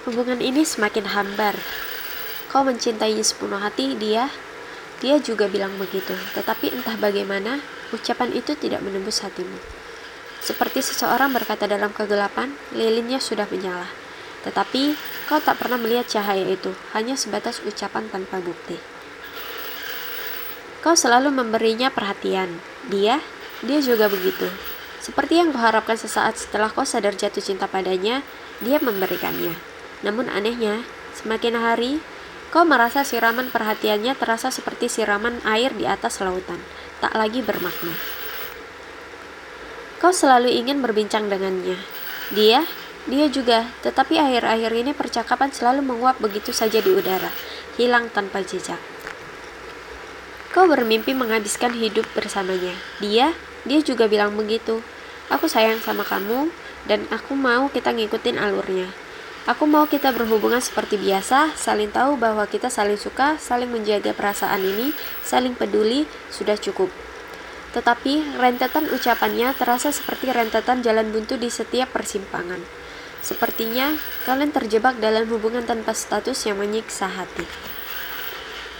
Hubungan ini semakin hambar. Kau mencintainya sepenuh hati, dia juga bilang begitu. Tetapi entah bagaimana, ucapan itu tidak menembus hatimu. Seperti seseorang berkata dalam kegelapan, lilinnya sudah menyala. Tetapi kau tak pernah melihat cahaya itu, hanya sebatas ucapan tanpa bukti. Kau selalu memberinya perhatian. Dia juga begitu. Seperti yang kau harapkan sesaat setelah kau sadar jatuh cinta padanya, dia memberikannya. Namun anehnya, semakin hari, kau merasa siraman perhatiannya terasa seperti siraman air di atas lautan, tak lagi bermakna. Kau selalu ingin berbincang dengannya. Dia juga, tetapi akhir-akhir ini percakapan selalu menguap begitu saja di udara, hilang tanpa jejak. Kau bermimpi menghabiskan hidup bersamanya. Dia juga bilang begitu. Aku sayang sama kamu, dan aku mau kita ngikutin alurnya. Aku mau kita berhubungan seperti biasa, saling tahu bahwa kita saling suka, saling menjaga perasaan ini, saling peduli, sudah cukup. Tetapi rentetan ucapannya terasa seperti rentetan jalan buntu di setiap persimpangan. Sepertinya kalian terjebak dalam hubungan tanpa status yang menyiksa hati.